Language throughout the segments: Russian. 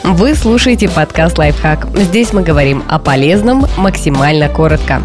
Вы слушаете подкаст «Лайфхак». Здесь мы говорим о полезном максимально коротко.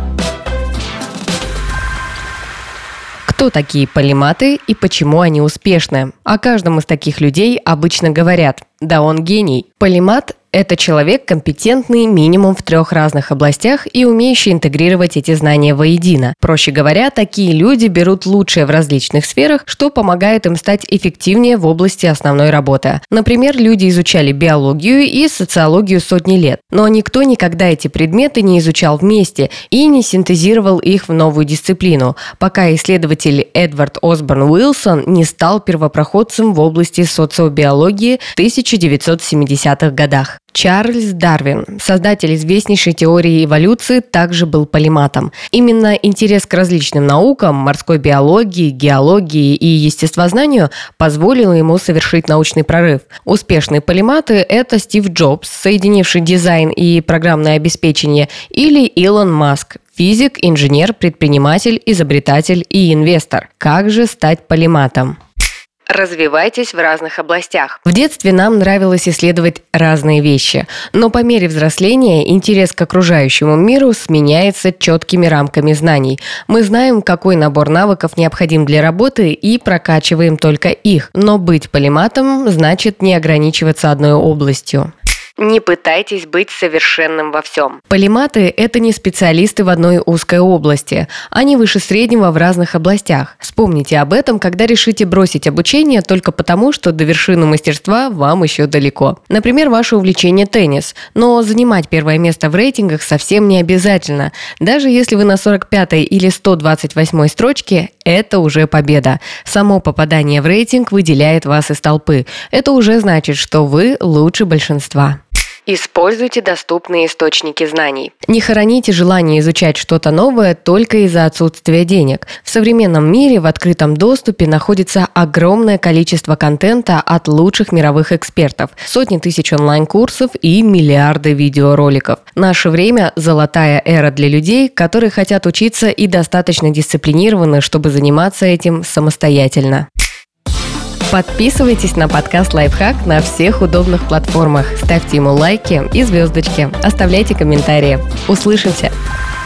Кто такие полиматы и почему они успешны? О каждом из таких людей обычно говорят: да он гений. Полимат – это человек, компетентный минимум в 3 разных областях и умеющий интегрировать эти знания воедино. Проще говоря, такие люди берут лучшее в различных сферах, что помогает им стать эффективнее в области основной работы. Например, люди изучали биологию и социологию сотни лет, но никто никогда эти предметы не изучал вместе и не синтезировал их в новую дисциплину, пока исследователь Эдвард Осборн Уилсон не стал первопроходцем в области социобиологии в 1970-х годах. Чарльз Дарвин, создатель известнейшей теории эволюции, также был полиматом. Именно интерес к различным наукам, морской биологии, геологии и естествознанию позволил ему совершить научный прорыв. Успешные полиматы – это Стив Джобс, соединивший дизайн и программное обеспечение, или Илон Маск, физик, инженер, предприниматель, изобретатель и инвестор. Как же стать полиматом? Развивайтесь в разных областях. В детстве нам нравилось исследовать разные вещи, но по мере взросления интерес к окружающему миру сменяется четкими рамками знаний. Мы знаем, какой набор навыков необходим для работы, и прокачиваем только их. Но быть полиматом значит не ограничиваться одной областью. Не пытайтесь быть совершенным во всем. Полиматы – это не специалисты в одной узкой области. Они выше среднего в разных областях. Вспомните об этом, когда решите бросить обучение только потому, что до вершины мастерства вам еще далеко. Например, ваше увлечение – теннис. Но занимать первое место в рейтингах совсем не обязательно. Даже если вы на 45-й или 128-й строчке – это уже победа. Само попадание в рейтинг выделяет вас из толпы. Это уже значит, что вы лучше большинства. Используйте доступные источники знаний. Не хороните желание изучать что-то новое только из-за отсутствия денег. В современном мире в открытом доступе находится огромное количество контента от лучших мировых экспертов, сотни тысяч онлайн-курсов и миллиарды видеороликов. Наше время – золотая эра для людей, которые хотят учиться и достаточно дисциплинированы, чтобы заниматься этим самостоятельно. Подписывайтесь на подкаст «Лайфхак» на всех удобных платформах, ставьте ему лайки и звездочки, оставляйте комментарии. Услышимся!